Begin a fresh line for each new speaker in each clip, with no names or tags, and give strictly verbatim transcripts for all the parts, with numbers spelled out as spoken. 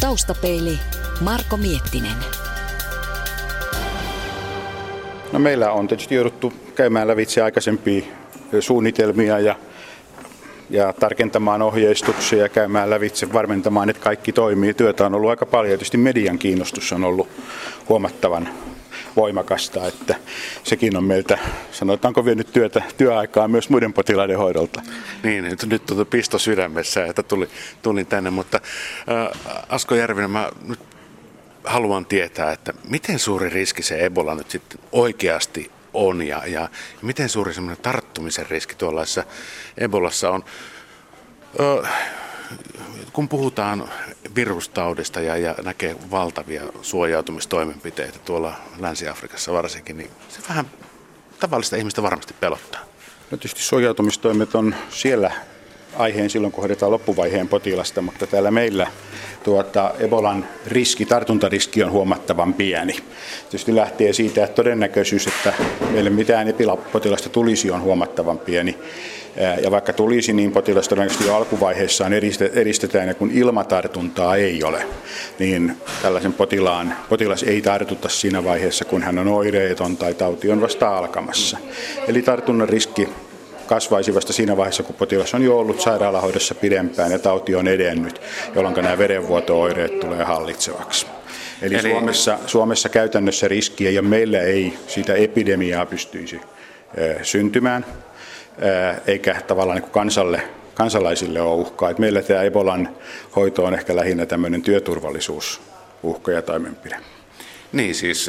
Taustapeili Marko Miettinen.
No meillä on tietysti jouduttu käymään lävitse aikaisempia suunnitelmia ja, ja tarkentamaan ohjeistuksia ja käymään lävitse, varmentamaan, että kaikki toimii. Työtä on ollut aika paljon. Tietysti median kiinnostus on ollut huomattavan voimakasta, että sekin on meiltä, sanotaanko vienyt työtä, työaikaa myös muiden potilaiden hoidolta.
Niin, nyt, nyt on pisto sydämessä, että tuli, tulin tänne, mutta äh, Asko Järvinen, mä nyt haluan tietää, että miten suuri riski se Ebola nyt sitten oikeasti on ja, ja miten suuri semmoinen tarttumisen riski tuollaisessa Ebolassa on. Ö, kun puhutaan virustaudista ja, ja näkee valtavia suojautumistoimenpiteitä tuolla Länsi-Afrikassa varsinkin, niin se vähän tavallista ihmistä varmasti pelottaa.
No tietysti suojautumistoimet on siellä aiheen silloin, kun hoidetaan loppuvaiheen potilasta, mutta täällä meillä tuota, Ebolan riski, tartuntariski on huomattavan pieni. Tietysti lähtee siitä, että todennäköisyys, että meille mitään Ebola-potilasta tulisi, on huomattavan pieni. Ja vaikka tulisi, niin potilas todennäköisesti jo alkuvaiheessaan eristetään, ja kun ilmatartuntaa ei ole, niin tällaisen potilaan, potilas ei tartuta siinä vaiheessa, kun hän on oireeton tai tauti on vasta alkamassa. Eli tartunnan riski kasvaisi vasta siinä vaiheessa, kun potilas on jo ollut sairaalahoidossa pidempään ja tauti on edennyt, jolloin nämä verenvuoto-oireet tulee hallitsevaksi. Eli, Eli... Suomessa, Suomessa käytännössä riskiä ja meillä ei siitä epidemiaa pystyisi e, syntymään, e, eikä tavallaan niin kuin kansalle, kansalaisille ole uhkaa. Et meillä tämä Ebolan hoito on ehkä lähinnä tämmöinen työturvallisuusuhka ja toimenpide.
Niin siis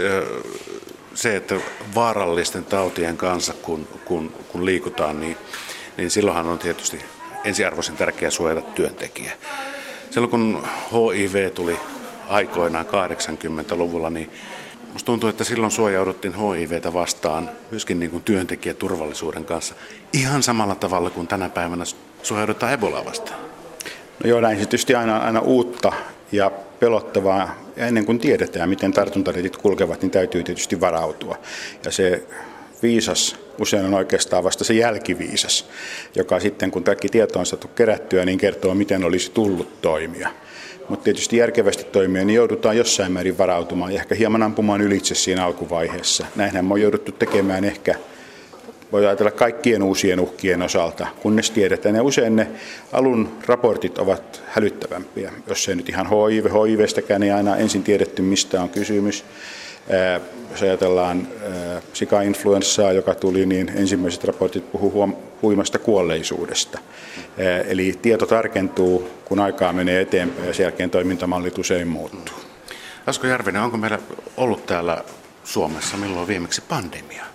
se, että vaarallisten tautien kanssa kun, kun, kun liikutaan, niin, niin silloinhan on tietysti ensiarvoisen tärkeää suojata työntekijä. Silloin kun H I V tuli aikoinaan kahdeksankymmentäluvulla, niin musta tuntuu, että silloin suojauduttiin H I V:tä vastaan myöskin niin kuin työntekijäturvallisuuden kanssa ihan samalla tavalla kuin tänä päivänä suojaudutaan Ebolaa vastaan.
No joo, näin se tietysti aina, aina uutta ja pelottavaa. Ja ennen kuin tiedetään, miten tartuntareitit kulkevat, niin täytyy tietysti varautua. Ja se viisas usein on oikeastaan vasta se jälkiviisas, joka sitten, kun kaikki tieto on saatu kerättyä, niin kertoo, miten olisi tullut toimia. Mutta tietysti järkevästi toimia, niin joudutaan jossain määrin varautumaan ja ehkä hieman ampumaan ylitse siinä alkuvaiheessa. Näinhän me on jouduttu tekemään ehkä, voi ajatella kaikkien uusien uhkien osalta, kunnes tiedetään. Ja usein ne alun raportit ovat hälyttävämpiä. Jos ei nyt ihan H I V, H I V:stäkään, niin aina ensin tiedetty, mistä on kysymys. Ää, jos ajatellaan ää, sika-influenssaa, joka tuli, niin ensimmäiset raportit puhuu huimasta kuolleisuudesta. Ää, eli tieto tarkentuu, kun aikaa menee eteenpäin ja sen jälkeen toimintamallit usein muuttuu.
Asko Järvinen, onko meillä ollut täällä Suomessa milloin viimeksi pandemia?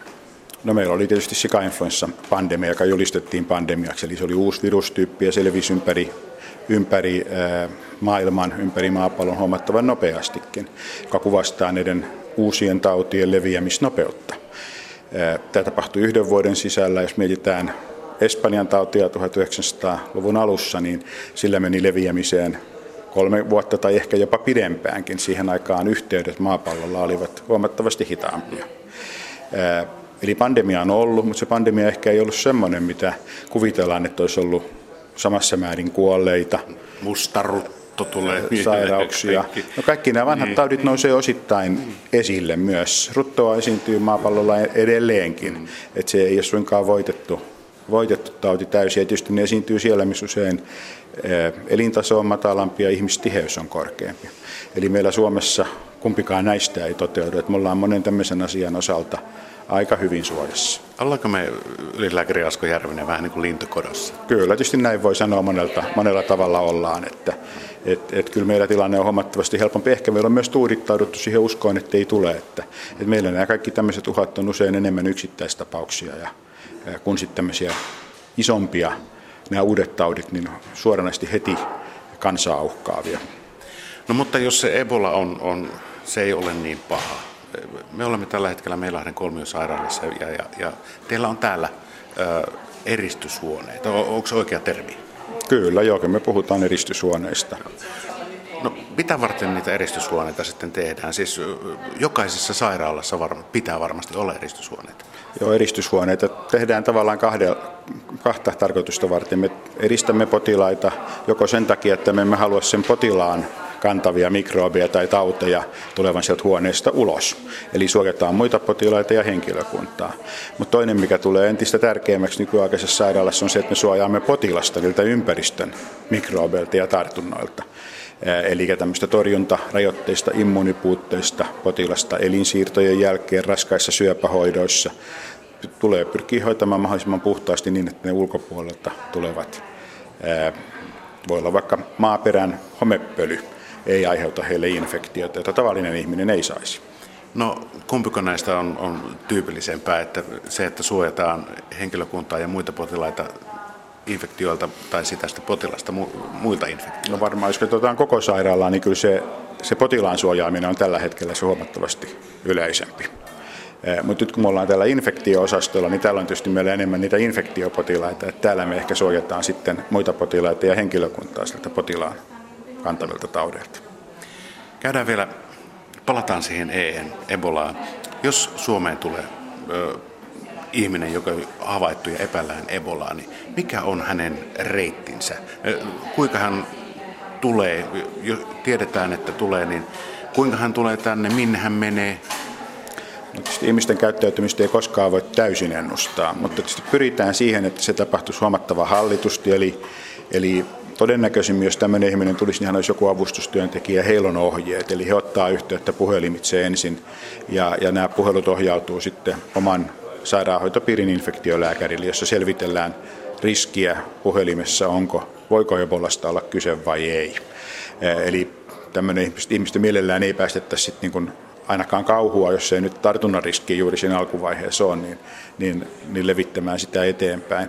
No meillä oli tietysti sika-influenssa-pandemia, joka julistettiin pandemiaksi, eli se oli uusi virustyyppi ja se levisi ympäri, ympäri ää, maailman, ympäri maapallon huomattavan nopeastikin, joka kuvastaa näiden uusien tautien leviämisnopeutta. Ää, tämä tapahtui yhden vuoden sisällä, jos mietitään Espanjan tautia tuhatyhdeksänsataaluvun alussa, niin sillä meni leviämiseen kolme vuotta tai ehkä jopa pidempäänkin. Siihen aikaan yhteydet maapallolla olivat huomattavasti hitaampia. Ää, Eli pandemia on ollut, mutta se pandemia ehkä ei ollut semmoinen, mitä kuvitellaan, että olisi ollut samassa määrin kuolleita.
Mustarutto tulee.
Sairauksia. No kaikki nämä vanhat taudit nousee osittain esille myös. Ruttoa esiintyy maapallolla edelleenkin, että se ei ole suinkaan voitettu, voitettu tauti täysin. Ja tietysti ne esiintyy siellä, missä usein elintaso on matalampi ja ihmistiheys on korkeampi. Eli meillä Suomessa kumpikaan näistä ei toteudu, että me ollaan monen tämmöisen asian osalta aika hyvin suojassa.
Ollaanko me ylilääkäri Asko Järvinen vähän niin kuin lintukodossa?
Kyllä, tietysti näin voi sanoa monelta, monella tavalla ollaan, että et, et kyllä meillä tilanne on huomattavasti helpompi. Ehkä meillä on myös tuudittauduttu siihen uskoon, että ei tule. Että, et meillä nämä kaikki tämmöiset uhat on usein enemmän yksittäistapauksia ja, ja kun sitten tämmöisiä isompia, nämä uudet taudit, niin suoranaisesti heti kansaa uhkaavia.
No mutta jos se Ebola on, on se ei ole niin paha. Me olemme tällä hetkellä Meilahden kolmiosairaalassa ja, ja, ja teillä on täällä ö, eristyshuoneita. O, onko se oikea termi?
Kyllä, joo, me puhutaan eristyshuoneista.
No mitä varten niitä eristyshuoneita sitten tehdään? Siis jokaisessa sairaalassa varma, pitää varmasti olla eristyshuoneita.
Joo, eristyshuoneita tehdään tavallaan kahde, kahta tarkoitusta varten. Me eristämme potilaita joko sen takia, että me emme halua sen potilaan kantavia mikrobeja tai tauteja tulevan sieltä huoneesta ulos. Eli suojataan muita potilaita ja henkilökuntaa. Mutta toinen, mikä tulee entistä tärkeämmäksi nykyaikaisessa sairaalassa, on se, että me suojaamme potilasta niiltä ympäristön mikrobeilta ja tartunnoilta. Eli tämmöistä torjuntarajoitteista, immuunipuutteista potilasta elinsiirtojen jälkeen raskaissa syöpähoidoissa tulee pyrkiä hoitamaan mahdollisimman puhtaasti niin, että ne ulkopuolelta tulevat, voi olla vaikka maaperän homepöly, ei aiheuta heille infektioita, joita tavallinen ihminen ei saisi.
No kumpiko näistä on, on tyypillisempää, että se, että suojataan henkilökuntaa ja muita potilaita infektioilta tai sitä sitten potilasta muilta infektioilta?
No varmaan, jos katsotaan koko sairaalaa, niin kyllä se, se potilaan suojaaminen on tällä hetkellä se huomattavasti yleisempi. Mutta nyt kun me ollaan täällä infektio-osastolla, niin täällä on tietysti meillä enemmän niitä infektiopotilaita, että täällä me ehkä suojataan sitten muita potilaita ja henkilökuntaa siltä potilaan kantavilta taudeilta.
Käydään vielä, palataan siihen E-hen, Ebolaan. Jos Suomeen tulee ö, ihminen, joka on havaittu ja epäillään Ebolaa, niin mikä on hänen reittinsä? Kuinka hän tulee, jos tiedetään, että tulee, niin kuinka hän tulee tänne, minne hän menee?
No, ihmisten käyttäytymistä ei koskaan voi täysin ennustaa, mutta pyritään siihen, että se tapahtuisi huomattavan hallitusti. Eli, eli todennäköisimmin, jos tämmöinen ihminen tulisi, niin hän olisi joku avustustyöntekijä, heillä on ohjeet. Eli he ottaa yhteyttä puhelimitse ensin ja, ja nämä puhelut ohjautuu sitten oman sairaanhoitopiirin infektiolääkärille, jossa selvitellään riskiä puhelimessa, onko, voiko Ebolasta olla kyse vai ei. Eli tämmöinen ihmisten mielellään ei päästettäisi sitten niin kuin ainakaan kauhua, jos ei nyt tartunnan riski juuri siinä alkuvaiheessa on, niin, niin, niin levittämään sitä eteenpäin.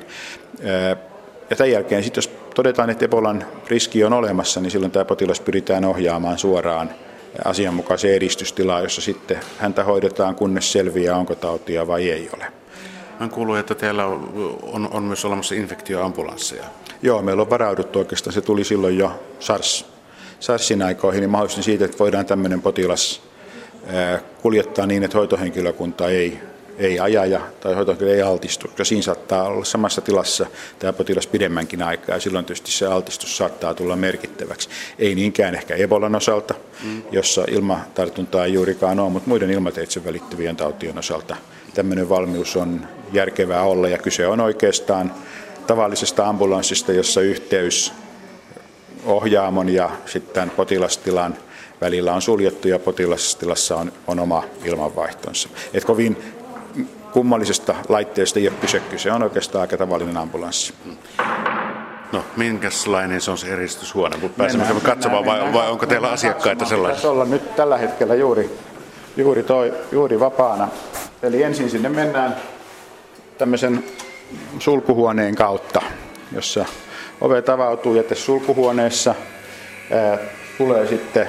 Ja tämän jälkeen sitten, jos todetaan, että Ebolan riski on olemassa, niin silloin tämä potilas pyritään ohjaamaan suoraan asianmukaiseen edistystilaan, jossa sitten häntä hoidetaan, kunnes selviää, onko tautia vai ei ole.
Mä kuuluu, että teillä on, on, on myös olemassa infektioambulansseja.
Joo, meillä on varauduttu oikeastaan. Se tuli silloin jo SARS, SARSin aikoihin, niin mahdollisesti siitä, että voidaan tämmöinen potilas kuljettaa niin, että hoitohenkilökunta ei, ei ajaja tai hoitohenkilökunta ei altistu, koska siinä saattaa olla samassa tilassa tämä potilas pidemmänkin aikaa, ja silloin tietysti se altistus saattaa tulla merkittäväksi. Ei niinkään ehkä Ebolan osalta, mm. jossa ilmatartuntaa ei juurikaan ole, mutta muiden ilmateitse välittyvien tautien osalta tämmöinen valmius on järkevää olla, ja kyse on oikeastaan tavallisesta ambulanssista, jossa yhteys ohjaamon ja sitten potilastilan välillä on suljettu ja potilastilassa on, on oma ilmanvaihtonsa. Et kovin kummallisesta laitteesta ei ole kyse, kyse on oikeastaan aika tavallinen ambulanssi.
No, minkälainen se on se eristyshuone? Pääsemmekö me katsomaan vai, vai onko teillä asiakkaita sellaisia?
Tässä ollaan nyt tällä hetkellä juuri, juuri, toi, juuri vapaana. Eli ensin sinne mennään tämmöisen sulkuhuoneen kautta, jossa ovet avautuu jätesulkuhuoneessa. Ää, tulee sitten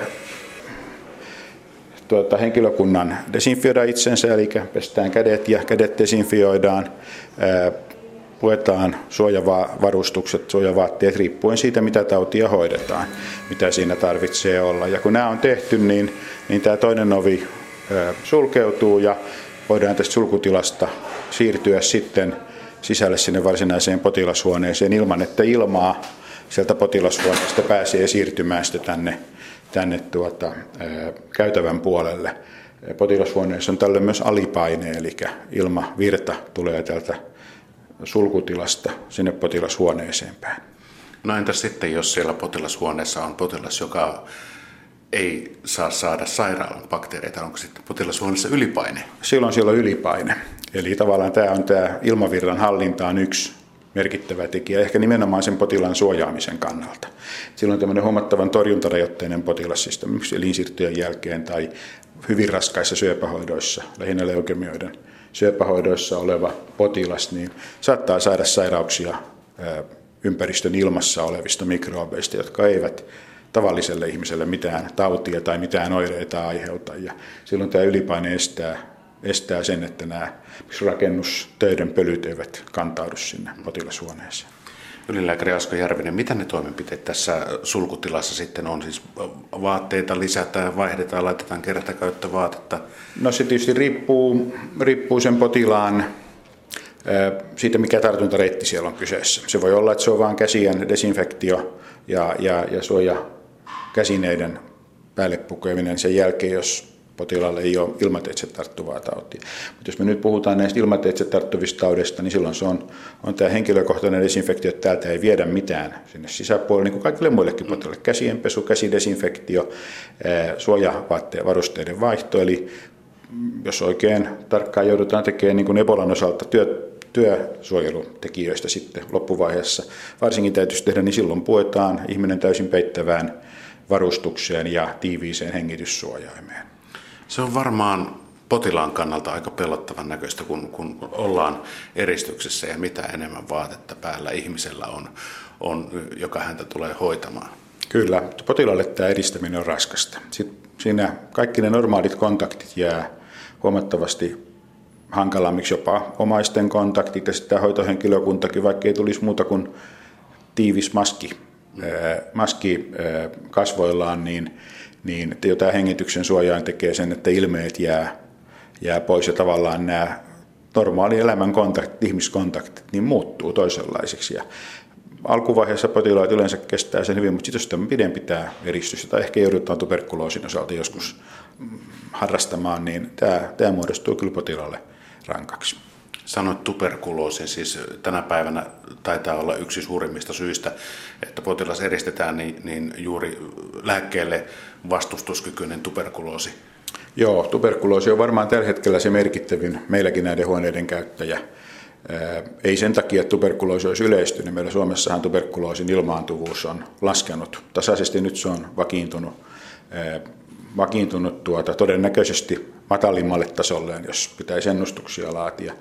tuota, henkilökunnan desinfioida itsensä, eli pestään kädet ja kädet desinfioidaan, ää, puetaan suojavarustukset, suojavaatteet riippuen siitä, mitä tautia hoidetaan, mitä siinä tarvitsee olla. Ja kun nämä on tehty, niin, niin tämä toinen ovi ää, sulkeutuu ja voidaan tästä sulkutilasta siirtyä sitten sisälle sinne varsinaiseen potilashuoneeseen ilman, että ilmaa sieltä potilashuoneesta pääsee siirtymään sitten tänne, tänne tuota, ää, käytävän puolelle. Potilashuoneessa on tällöin myös alipaine, eli ilmavirta tulee tältä sulkutilasta sinne potilashuoneeseen päin.
No entäs sitten, jos siellä potilashuoneessa on potilas, joka ei saa saada sairaalan bakteereita, onko sitten potilashuoneessa ylipaine?
Silloin siellä on ylipaine. Eli tavallaan tämä on tämä ilmavirran hallinta on yksi merkittävä tekijä, ehkä nimenomaan sen potilaan suojaamisen kannalta. Silloin tämmöinen huomattavan torjuntarajoitteinen potilas, siis elinsiirtojen jälkeen tai hyvin raskaissa syöpähoidoissa, lähinnä leukemioiden syöpähoidoissa oleva potilas, niin saattaa saada sairauksia ympäristön ilmassa olevista mikrobeista, jotka eivät tavalliselle ihmiselle mitään tautia tai mitään oireita aiheuta. Ja silloin tämä ylipaine estää, estää sen, että nämä rakennustöiden pölyt eivät kantaudu sinne potilashuoneeseen.
Ylilääkäri Asko Järvinen, mitä ne toimenpiteet tässä sulkutilassa sitten on? Siis vaatteita lisätään, vaihdetaan, laitetaan kertakäyttövaatetta?
No se tietysti riippuu, riippuu sen potilaan siitä, mikä tartuntareitti siellä on kyseessä. Se voi olla, että se on vain käsien desinfektio ja, ja, ja suojakäsineiden päälle pukeminen sen jälkeen, jos potilaalle ei ole ilmateitse tarttuvaa tautia. Mutta jos me nyt puhutaan näistä ilmateitse tarttuvista taudeista, niin silloin se on, on tämä henkilökohtainen desinfektio, että täältä ei viedä mitään sinne sisäpuolelle, niin kuin kaikille muillekin potilaille. Käsienpesu, käsidesinfektio, suojavaatteiden varusteiden vaihto, eli jos oikein tarkkaan joudutaan tekemään niin kuin Ebolan osalta työ, työsuojelutekijöistä sitten loppuvaiheessa, varsinkin täytyisi tehdä, niin silloin puetaan ihminen täysin peittävään varustukseen ja tiiviiseen hengityssuojaimeen.
Se on varmaan potilaan kannalta aika pelottavan näköistä, kun, kun ollaan eristyksessä ja mitä enemmän vaatetta päällä ihmisellä on, on, joka häntä tulee hoitamaan.
Kyllä, potilaalle tämä eristäminen on raskasta. Sitten siinä kaikki ne normaalit kontaktit jää huomattavasti hankalammiksi, jopa omaisten kontaktit ja sitten hoitohenkilökuntakin, vaikka ei tulisi muuta kuin tiivis maski, mm. maski kasvoillaan, niin niin jo tämä hengityksen suojain tekee sen, että ilmeet jää, jää pois ja tavallaan nämä normaali elämän kontaktit, ihmiskontaktit, niin muuttuu toisenlaisiksi. Ja alkuvaiheessa potilaat yleensä kestää sen hyvin, mutta sitten jos tämä pidempi tämä eristys, tai ehkä joudutaan tuberkuloosin osalta joskus harrastamaan, niin tämä, tämä muodostuu kyllä potilaalle rankaksi.
Sanoit tuberkuloosin, siis tänä päivänä taitaa olla yksi suurimmista syistä, että potilas eristetään, niin, niin juuri lääkkeelle vastustuskykyinen tuberkuloosi.
Joo, tuberkuloosi on varmaan tällä hetkellä se merkittävin meilläkin näiden huoneiden käyttäjä. Ei sen takia, että tuberkuloosi olisi yleistynyt. Meillä Suomessahan tuberkuloosin ilmaantuvuus on laskenut tasaisesti, nyt se on vakiintunut, vakiintunut tuota, todennäköisesti matalimmalle tasolleen, jos pitäisi ennustuksia laatia.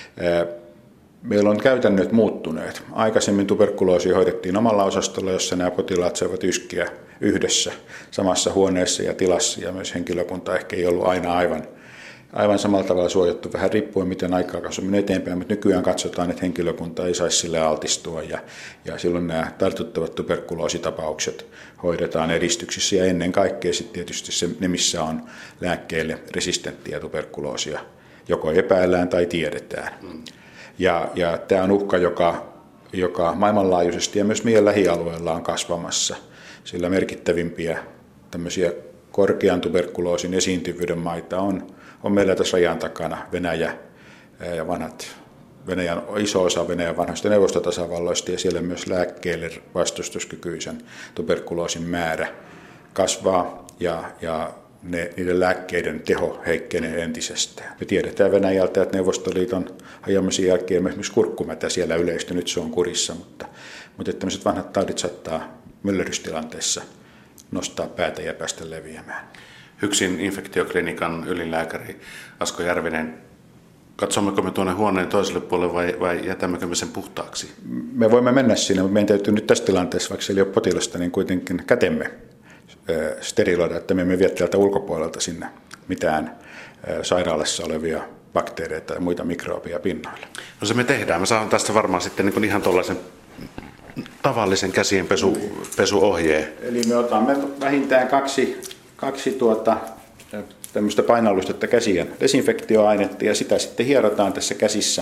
Meillä on käytännöt muuttuneet. Aikaisemmin tuberkuloosia hoidettiin omalla osastolla, jossa nämä potilaat saivat yskiä yhdessä samassa huoneessa ja tilassa, ja myös henkilökunta ehkä ei ollut aina aivan, aivan samalla tavalla suojattu, vähän riippuen miten aikaa on mennyt eteenpäin, mutta nykyään katsotaan, että henkilökunta ei saisi sille altistua, ja, ja silloin nämä tartuttavat tuberkuloositapaukset hoidetaan eristyksissä, ja ennen kaikkea sitten tietysti se, ne, missä on lääkkeelle resistenttiä tuberkuloosia, joko epäillään tai tiedetään. Mm. Ja, ja tämä on uhka, joka, joka maailmanlaajuisesti ja myös meidän lähialueella on kasvamassa, sillä merkittävimpiä tämmöisiä korkean tuberkuloosin esiintyvyyden maita on, on meillä tässä rajan takana Venäjä ja vanhat, Venäjän, iso osa Venäjän vanhoista neuvostotasavalloista, ja siellä myös lääkkeelle vastustuskykyisen tuberkuloosin määrä kasvaa ja, ja Ne, niiden lääkkeiden teho heikkenee entisestään. Me tiedetään Venäjältä, että Neuvostoliiton hajoamisen jälkeen esimerkiksi kurkkumätä siellä yleistyi, nyt se on kurissa, mutta, mutta että tämmöiset vanhat taudit saattaa myllerrystilanteessa nostaa päätä ja päästä leviämään.
Hyksin infektioklinikan ylilääkäri Asko Järvinen, katsommeko me tuonne huoneen toiselle puolelle vai, vai jätämmekö me sen puhtaaksi?
Me voimme mennä sinne, mutta meidän täytyy nyt tässä tilanteessa, vaikka siellä ei ole potilasta, niin kuitenkin kätemme steriloida, että me emme vie täältä ulkopuolelta sinne mitään sairaalassa olevia bakteereita ja muita mikrobeja pinnoille.
No se me tehdään. Me saamme tästä varmaan sitten niin ihan tuollaisen tavallisen käsienpesuohjeen.
Eli me otamme vähintään kaksi, kaksi tuota, tämmöistä painallustetta käsien desinfektioainetta, ja sitä sitten hierotaan tässä käsissä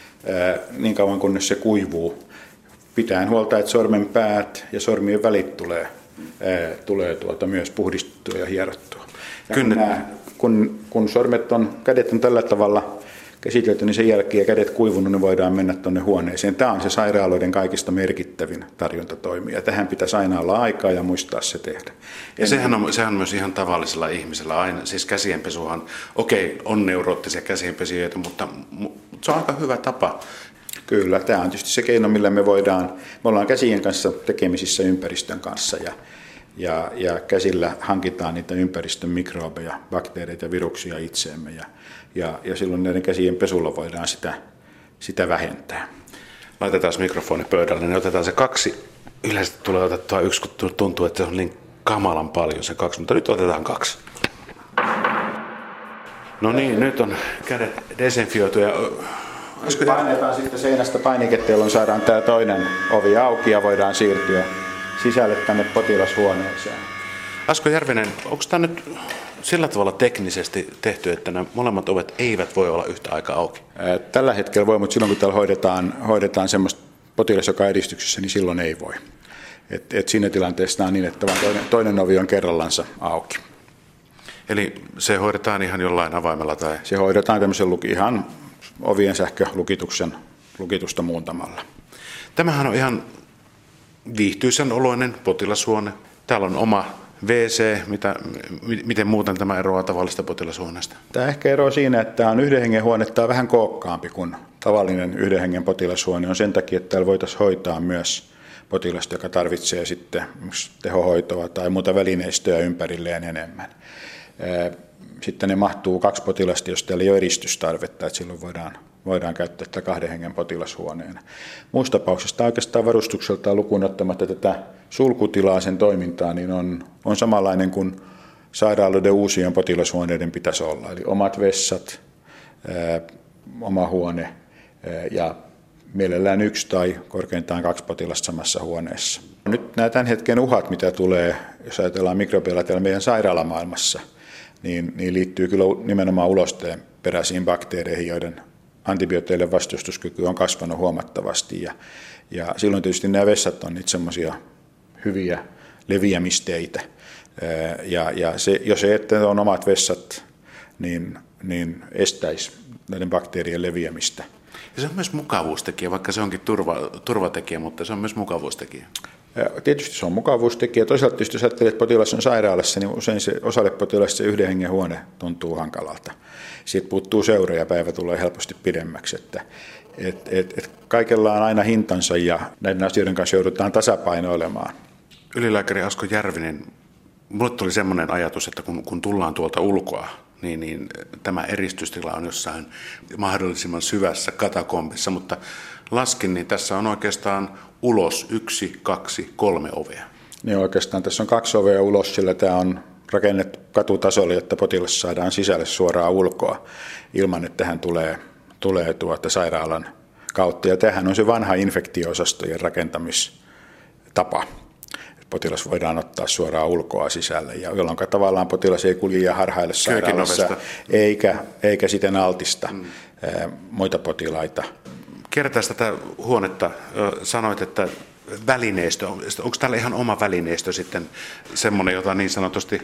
niin kauan kunnes se kuivuu. Pitäen huolta, että sormen päät ja sormien välit tulee tulee tuolta myös puhdistettua ja hierottua. Ja kun, nämä, kun, kun sormet on, kädet on tällä tavalla käsitelty, niin sen jälkeen ja kädet kuivunut, niin voidaan mennä tuonne huoneeseen. Tämä on se sairaaloiden kaikista merkittävin tarjontatoimi, ja tähän pitäisi aina olla aikaa ja muistaa se tehdä.
Ja sehän on, sehän on myös ihan tavallisella ihmisellä aina, siis käsienpesuhan, okei, on neuroottisia käsienpesijöitä, mutta, mutta se on aika hyvä tapa.
Kyllä, tämä on tietysti se keino, millä me voidaan, me ollaan käsien kanssa tekemisissä ympäristön kanssa, ja, ja, ja käsillä hankitaan niitä ympäristön mikrobeja, bakteereita ja viruksia itseemme, ja, ja, ja silloin näiden käsien pesulla voidaan sitä, sitä vähentää.
Laitetaan mikrofoni pöydälle, niin otetaan se kaksi. Yleensä tulee otettua yksi, kun tuntuu, että se on niin kamalan paljon se kaksi, mutta nyt otetaan kaksi. No niin, nyt on kädet desinfioitu ja
Nyt painetaan sitten seinästä painiketta, jolloin saadaan tämä toinen ovi auki ja voidaan siirtyä sisälle tänne potilashuoneeseen.
Asko Järvinen, onko tämä nyt sillä tavalla teknisesti tehty, että nämä molemmat ovet eivät voi olla yhtä aikaa auki?
Tällä hetkellä voi, mutta silloin kun täällä hoidetaan, hoidetaan semmoista potilas, joka on edistyksessä, niin silloin ei voi. Et, et siinä tilanteessa on niin, että vaan toinen, toinen ovi on kerrallansa auki.
Eli se hoidetaan ihan jollain avaimella? Tai?
Se hoidetaan tämmöisen luki, ihan ovien sähkölukituksen lukitusta muuntamalla.
Tämähän on ihan viihtyisän oloinen potilashuone. Täällä on oma W C. Mitä, miten muuten tämä eroaa tavallista potilashuoneesta?
Tämä ehkä eroaa siinä, että tämä on yhden hengen huone, tämä on vähän kookkaampi kuin tavallinen yhden hengen potilashuone. On sen takia, että täällä voitaisiin hoitaa myös potilasta, joka tarvitsee sitten tehohoitoa tai muuta välineistöä ympärilleen enemmän. Sitten ne mahtuu kaksi potilasta, jos täällä ei ole eristystarvetta, että silloin voidaan, voidaan käyttää tätä kahden hengen potilashuoneena. Muussa tapauksessa oikeastaan varustukseltaan lukuun ottamatta tätä sulkutilaa sen toimintaa, niin on, on samanlainen kuin sairaaloiden uusien potilashuoneiden pitäisi olla. Eli omat vessat, ää, oma huone ää, ja mielellään yksi tai korkeintaan kaksi potilasta samassa huoneessa. Nyt nämä tämän hetken uhat, mitä tulee, jos ajatellaan mikrobialla täällä meidän sairaalamaailmassa, niin, niin liittyy kyllä nimenomaan ulosteen peräisiin bakteereihin, joiden antibiooteille vastustuskyky on kasvanut huomattavasti. Ja, ja silloin tietysti nämä vessat on niitä semmoisia hyviä leviämisteitä. Ja, ja se, jos se, että on omat vessat, niin, niin estäisi näiden bakteerien leviämistä.
Ja se on myös mukavuustekijä, vaikka se onkin turva, turvatekijä, mutta se on myös mukavuustekijä.
Tietysti se on mukavuustekijä. Toisaalta jos ajattelee, että potilas on sairaalassa, niin usein se osalle potilasta se yhden hengen huone tuntuu hankalalta. Siitä puuttuu seura ja päivä tulee helposti pidemmäksi. Että, et, et, et kaikella on aina hintansa ja näiden asioiden kanssa joudutaan tasapainoilemaan.
Ylilääkäri Asko Järvinen, mulle tuli semmoinen ajatus, että kun, kun tullaan tuolta ulkoa, Niin, niin tämä eristystila on jossain mahdollisimman syvässä katakombissa, mutta laskin, niin tässä on oikeastaan ulos yksi, kaksi, kolme ovea.
Niin oikeastaan tässä on kaksi ovea ulos, sillä tämä on rakennettu katutasolle, jotta potilas saadaan sisälle suoraan ulkoa ilman, että hän tulee, tulee tuota sairaalan kautta. Ja tämähän on se vanha infektio-osastojen rakentamistapa. Potilas voidaan ottaa suoraan ulkoa sisälle, ja jolloin tavallaan potilas ei kulje ja harhaile sairaalassa, eikä, eikä siten altista mm. muita potilaita.
Kertaisi tätä huonetta. Sanoit, että välineistö, onko täällä ihan oma välineistö sitten semmoinen, jota niin sanotusti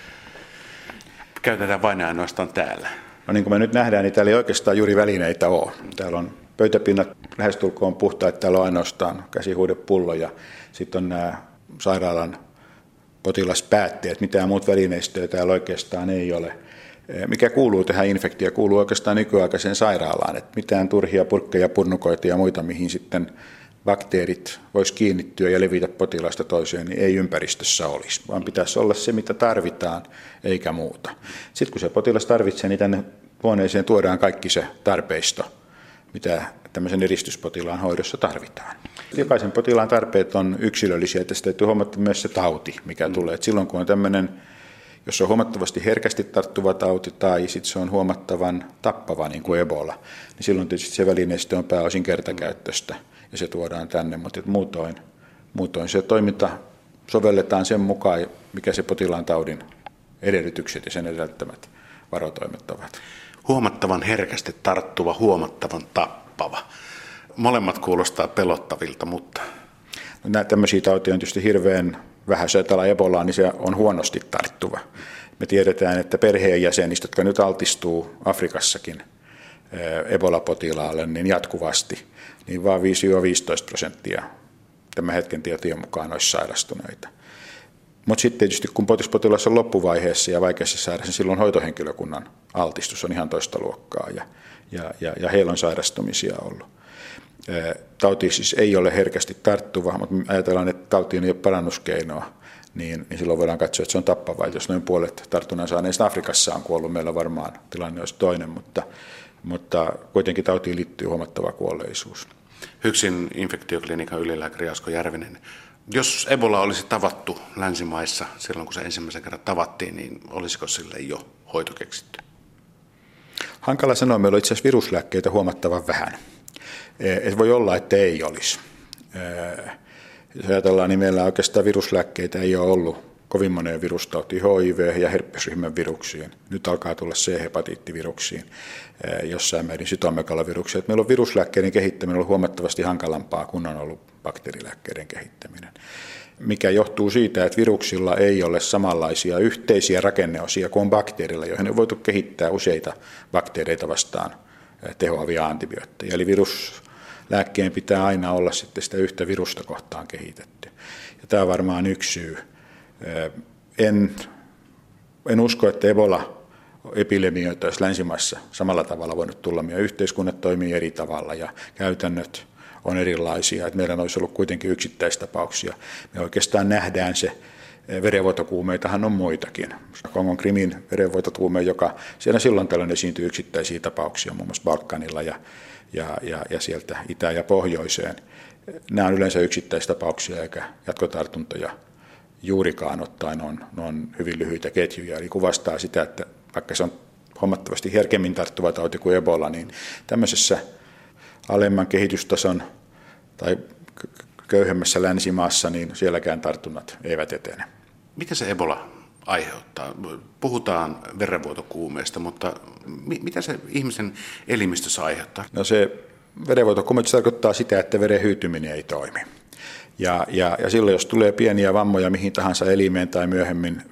käytetään vain ainoastaan täällä?
No niin kuin me nyt nähdään, niin täällä ei oikeastaan juuri välineitä ole. Täällä on pöytäpinnat lähestulkoon puhtaat, täällä on ainoastaan käsihuudepullo ja sitten on nämä sairaalan potilaspäätteet, mitään muut välineistöä täällä oikeastaan ei ole. Mikä kuuluu tähän infektioon? Kuuluu oikeastaan nykyaikaiseen sairaalaan, että mitään turhia purkkeja, purnukoita ja muita, mihin sitten bakteerit vois kiinnittyä ja levitä potilaasta toiseen, niin ei ympäristössä olisi, vaan pitäisi olla se, mitä tarvitaan, eikä muuta. Sitten kun se potilas tarvitsee, niin tänne huoneeseen tuodaan kaikki se tarpeisto, mitä tämmöisen eristyspotilaan hoidossa tarvitaan. Jokaisen potilaan tarpeet on yksilöllisiä, että täytyy huomata myös se tauti, mikä mm. tulee. Et silloin kun on tämmöinen, jos on huomattavasti herkästi tarttuva tauti tai sitten se on huomattavan tappava, niin kuin Ebola, niin silloin tietysti se välineistö on pääosin kertakäyttöistä ja se tuodaan tänne, mutta muutoin, muutoin se toiminta sovelletaan sen mukaan, mikä se potilaan taudin edellytykset ja sen edellyttämät varotoimet ovat.
Huomattavan herkästi tarttuva, huomattavan tappava. Molemmat kuulostaa pelottavilta, mutta...
No, nämä tämmöisiä tautia on tietysti hirveän vähän. Jos ajatellaan Ebolaa, niin se on huonosti tarttuva. Me tiedetään, että perheenjäsenistä, jotka nyt altistuu Afrikassakin Ebola-potilaalle niin jatkuvasti, niin vain viisi viisitoista prosenttia tämän hetken tietojen mukaan olisi sairastuneita. Mutta sitten tietysti kun potilas on loppuvaiheessa ja vaikeassa sairaassa, niin silloin hoitohenkilökunnan altistus on ihan toista luokkaa ja, ja, ja, ja heillä on sairastumisia ollut. Tauti siis ei ole herkästi tarttuva, mutta ajatellaan, että tautiin ei ole parannuskeinoa, niin, niin silloin voidaan katsoa, että se on tappava. Jos noin puolet tartunnan saaneista Afrikassa on kuollut, meillä varmaan tilanne olisi toinen, mutta, mutta kuitenkin tautiin liittyy huomattava kuolleisuus.
Hyksin infektioklinikan ylilääkäri Asko Järvinen. Jos Ebola olisi tavattu länsimaissa silloin, kun se ensimmäisen kerran tavattiin, niin olisiko sille jo hoito keksitty?
Hankala sanoa, meillä on itse asiassa viruslääkkeitä huomattavan vähän. Et voi olla, että ei olisi. Jos ajatellaan, niin meillä oikeastaan viruslääkkeitä ei ole ollut kovin moneen virustautiin, H I V- ja herpesryhmän viruksiin. Nyt alkaa tulla C-hepatiittiviruksiin, jossain määrin sitomegaloviruksiin. Meillä on viruslääkkeiden kehittäminen ollut huomattavasti hankalampaa kuin on ollut bakteerilääkkeiden kehittäminen. mikä johtuu siitä, että viruksilla ei ole samanlaisia yhteisiä rakenneosia kuin bakteerilla, joihin on voitu kehittää useita bakteereita vastaan tehoavia antibiootteja. Eli viruslääkkeen pitää aina olla sitten sitä yhtä virusta kohtaan kehitetty. Ja tämä on varmaan yksi syy. En, en usko, että Ebola-epidemioita olisi länsimaissa samalla tavalla voinut tulla. Meidän yhteiskunnat toimii eri tavalla ja käytännöt on erilaisia. Että meillä olisi ollut kuitenkin yksittäistapauksia. Me oikeastaan nähdään se. Verenvuotokuumeitahan on muitakin. Kongon Krimin verenvuotokuume, joka siellä silloin tällöin esiintyy yksittäisiä tapauksia, muun muassa Balkanilla ja, ja, ja, ja sieltä itä- ja pohjoiseen. Nämä on yleensä yksittäistapauksia eikä jatkotartuntoja juurikaan ottaen, ne on, ne on hyvin lyhyitä ketjuja. Eli kuvastaa sitä, että vaikka se on huomattavasti herkemmin tarttuva tauti kuin Ebola, niin tämmöisessä alemman kehitystason tai köyhemmässä länsimaassa, niin sielläkään tartunnat eivät etene.
Mitä se Ebola aiheuttaa? Puhutaan verenvuotokuumeesta, mutta mitä se ihmisen elimistössä aiheuttaa?
No se verenvuotokuume tarkoittaa sitä, että veren hyytyminen ei toimi. Ja, ja, ja silloin, jos tulee pieniä vammoja mihin tahansa elimeen tai myöhemmin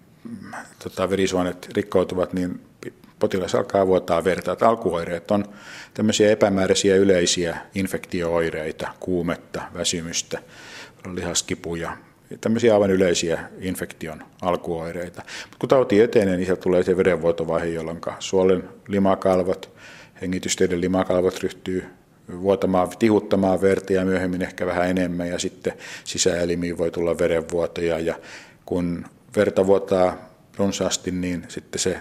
tota, verisuonet rikkoutuvat, niin potilas alkaa vuotaa verta. Alkuoireet on tämmöisiä epämääräisiä yleisiä infektio-oireita, kuumetta, väsymystä, lihaskipuja, tämmöisiä aivan yleisiä infektion alkuoireita. Mutta kun tauti etenee, niin sieltä tulee se verenvuotovaihe, jolloin suolen limakalvot, hengitysteiden limakalvot ryhtyy vuotamaan, tihuttamaan verta ja myöhemmin ehkä vähän enemmän ja sitten sisäelimiin voi tulla verenvuotoja ja kun verta vuotaa runsaasti, niin sitten se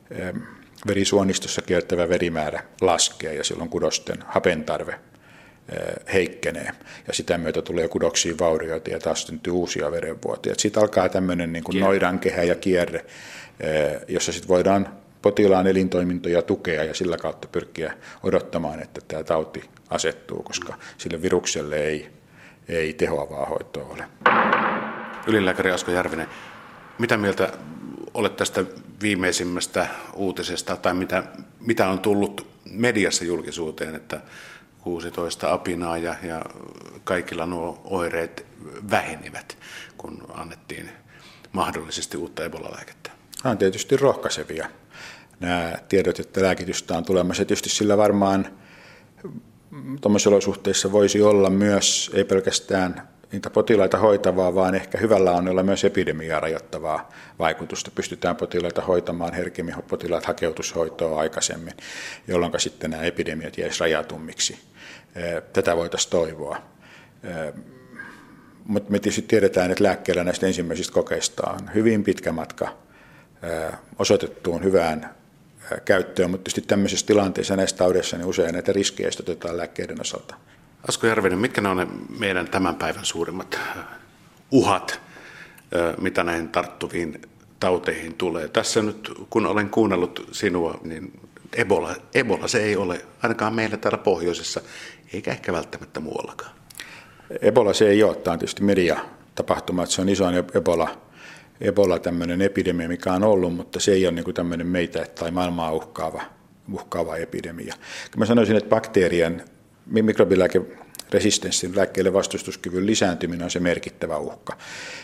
verisuonistossa kiertävä verimäärä laskee ja silloin kudosten hapentarve heikkenee ja sitä myötä tulee kudoksiin vaurioita ja taas syntyy uusia verenvuotoja. Siitä alkaa tämmöinen niin kuin noidankehä ja kierre, jossa sitten voidaan potilaan elintoimintoja tukea ja sillä kautta pyrkiä odottamaan, että tämä tauti asettuu, koska sille virukselle ei, ei tehoavaa hoitoa ole.
Ylilääkäri Asko Järvinen, mitä mieltä olet tästä viimeisimmästä uutisesta tai mitä, mitä on tullut mediassa julkisuuteen, että kuusitoista apinaa ja, ja kaikilla nuo oireet vähenivät, kun annettiin mahdollisesti uutta Ebola-lääkettä?
Nämä on tietysti rohkaisevia. Nämä tiedot, että lääkitystä on tulemassa. Tietysti sillä varmaan tuommoisissa olosuhteissa voisi olla myös, ei pelkästään niitä potilaita hoitavaa, vaan ehkä hyvällä onnella myös epidemiaa rajoittavaa vaikutusta. Pystytään potilaita hoitamaan herkemmin, potilaat hakeutushoitoa aikaisemmin, jolloin sitten nämä epidemiat jäisivät rajatummiksi. Tätä voitaisiin toivoa. Mutta me tietysti tiedetään, että lääkkeellä näistä ensimmäisistä kokeista on hyvin pitkä matka osoitettuun hyvään käyttöön, mutta tietysti tämmöisessä tilanteessa näissä taudeissa niin usein näitä riskejä otetaan lääkkeiden osalta.
Asko Järvinen, mitkä ne on ne meidän tämän päivän suurimmat uhat, mitä näihin tarttuviin tauteihin tulee? Tässä nyt, kun olen kuunnellut sinua, niin Ebola, Ebola se ei ole ainakaan meillä täällä pohjoisessa, eikä ehkä välttämättä muuallakaan.
Ebola se ei ole, tämä on tietysti mediatapahtuma, että se on isoin Ebola, Ebola tämmöinen epidemia, mikä on ollut, mutta se ei ole niin kuin tämmöinen meitä tai maailmaa uhkaava, uhkaava epidemia. Mä sanoisin, että bakteerien mikrobilääkeresistenssin lääkkeille vastustuskyvyn lisääntyminen on se merkittävä uhka.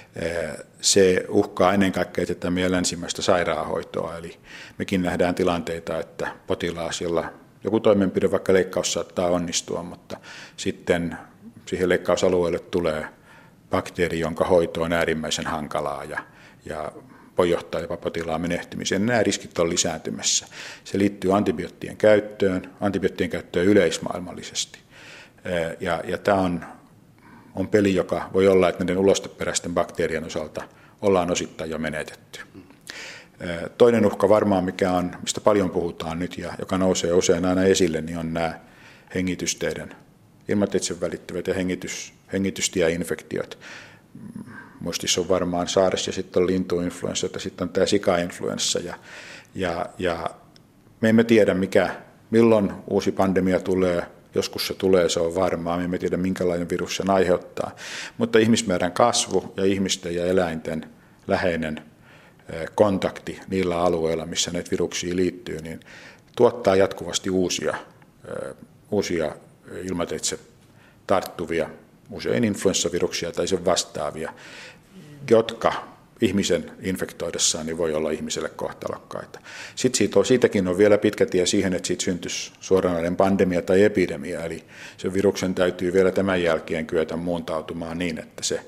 Se uhkaa ennen kaikkea tätä meidän länsimäistä sairaanhoitoa, eli mekin nähdään tilanteita, että potilaas, jolla joku toimenpide, vaikka leikkaus saattaa onnistua, mutta sitten siihen leikkausalueelle tulee bakteeri, jonka hoito on äärimmäisen hankalaa ja, ja voi johtaa jopa potilaan menehtymiseen. Nämä riskit on lisääntymässä. Se liittyy antibioottien käyttöön, antibioottien käyttöön yleismaailmallisesti. Ja, ja tämä on, on peli, joka voi olla, että näiden ulosteperäisten bakteerien osalta ollaan osittain jo menetetty. Toinen uhka varmaan, mikä on, mistä paljon puhutaan nyt ja joka nousee usein aina esille, niin on nämä hengitysteiden ilmateitse välittävät ja hengitys, hengitystieinfektiot. Muistissa on varmaan SARS ja sitten on lintuinfluenssa ja sitten on tämä sikainfluenssa. Ja, ja, ja me emme tiedä, mikä, milloin uusi pandemia tulee. Joskus se tulee, se on varmaa. Me emme tiedä, minkälainen virus sen aiheuttaa. Mutta ihmismäärän kasvu ja ihmisten ja eläinten läheinen kontakti niillä alueilla, missä näitä viruksia liittyy, niin tuottaa jatkuvasti uusia, uusia ilmateitse tarttuvia usein influenssaviruksia tai sen vastaavia, jotka ihmisen infektoidessaan niin voi olla ihmiselle kohtalokkaita. Sitten siitä on, siitäkin on vielä pitkä tie siihen, että siitä syntyisi suoranainen pandemia tai epidemia, eli sen viruksen täytyy vielä tämän jälkeen kyetä muuntautumaan niin, että se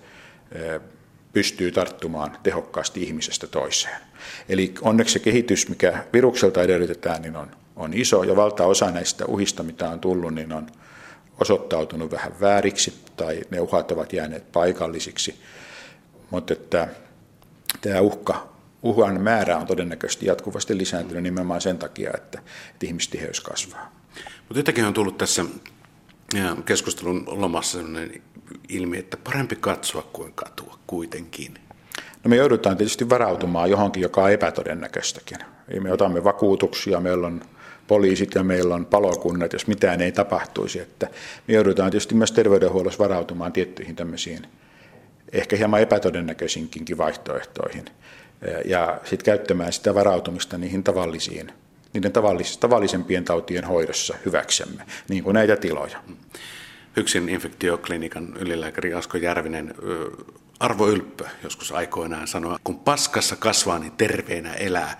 pystyy tarttumaan tehokkaasti ihmisestä toiseen. Eli onneksi se kehitys, mikä virukselta edellytetään, niin on, on iso, ja valtaosa näistä uhista, mitä on tullut, niin on osoittautunut vähän vääriksi, tai ne uhat ovat jääneet paikallisiksi, mutta että tämä uhka, uhan määrä on todennäköisesti jatkuvasti lisääntynyt nimenomaan sen takia, että, että ihmistiheys kasvaa.
Mutta jotenkin on tullut tässä keskustelun lomassa sellainen ilmi, että parempi katsoa kuin katua kuitenkin.
No me joudutaan tietysti varautumaan johonkin, joka on epätodennäköistäkin. Me otamme vakuutuksia, meillä on poliisit ja meillä on palokunnat, jos mitään ei tapahtuisi. Että me joudutaan tietysti myös terveydenhuollossa varautumaan tiettyihin tämmöisiin ehkä hieman epätodennäköisinkin vaihtoehtoihin ja sitten käyttämään sitä varautumista niihin tavallisiin, niiden tavallis, tavallisempien tautien hoidossa hyväksemme, niin kuin näitä tiloja.
HYKSin infektioklinikan ylilääkäri Asko Järvinen, Arvo Ylppö joskus aikoinaan sanoi, kun paskassa kasvaa, niin terveenä elää.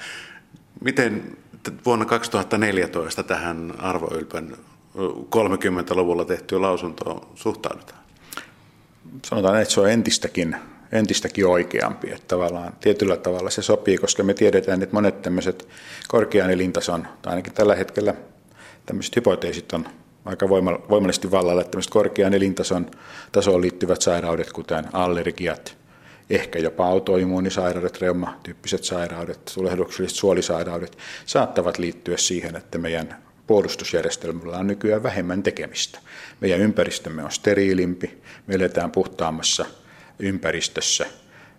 Miten vuonna kaksituhattaneljätoista tähän Arvo Ylpön kolmekymmentäluvulla tehtyä lausuntoa suhtaudutaan?
Sanotaan, että se on entistäkin, entistäkin oikeampi. Että tavallaan, tietyllä tavalla se sopii, koska me tiedetään, että monet tämmöiset korkean elintason, tai ainakin tällä hetkellä tämmöiset hypoteesit on aika voimallisesti vallalla, että tämmöiset korkean elintason tasoon liittyvät sairaudet, kuten allergiat, ehkä jopa autoimmuunisairaudet, reumatyyppiset sairaudet, tulehdukselliset suolisairaudet, saattavat liittyä siihen, että meidän puolustusjärjestelmällä on nykyään vähemmän tekemistä. Meidän ympäristömme on steriilimpi, me eletään puhtaammassa ympäristössä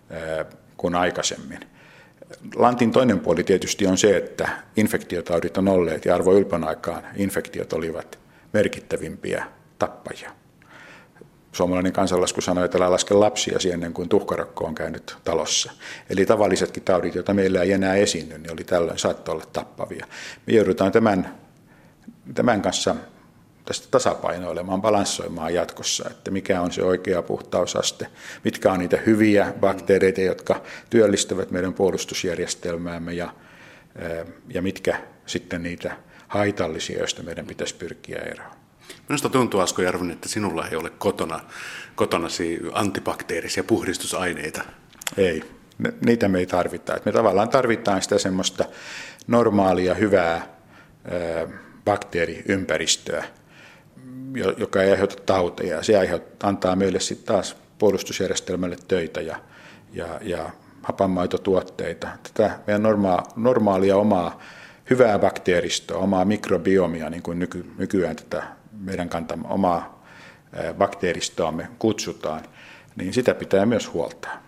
kuin aikaisemmin. Lantin toinen puoli tietysti on se, että infektiotaudit on olleet, ja Arvo Ylpön aikaan infektiot olivat merkittävimpiä tappajia. Suomalainen kansanlasku sanoi, että älä laske lapsia ennen kuin tuhkarokko on käynyt talossa. Eli tavallisetkin taudit, joita meillä ei enää esiinny, niin oli tällöin saattoi olla tappavia. Me joudutaan tämän, tämän kanssa tästä tasapainoilemaan, balanssoimaan jatkossa, että mikä on se oikea puhtausaste, mitkä on niitä hyviä bakteereita, jotka työllistävät meidän puolustusjärjestelmäämme ja, ja mitkä sitten niitä haitallisia, joista meidän pitäisi pyrkiä eroon.
Minusta tuntuu, Asko Järvinen, että sinulla ei ole kotona, kotonasi antibakteerisia puhdistusaineita.
Ei, niitä me ei tarvita. Me tavallaan tarvitaan sitä semmoista normaalia, hyvää bakteeriympäristöä, joka ei aiheuta tauteja. Se aiheuttaa, antaa meille sitten taas puolustusjärjestelmälle töitä ja, ja, ja hapanmaitotuotteita. Tätä meidän norma- normaalia omaa hyvää bakteeristoa, omaa mikrobiomia, niin kuin nyky, nykyään tätä meidän kantamaa omaa bakteeristoamme kutsutaan, niin sitä pitää myös huoltaa.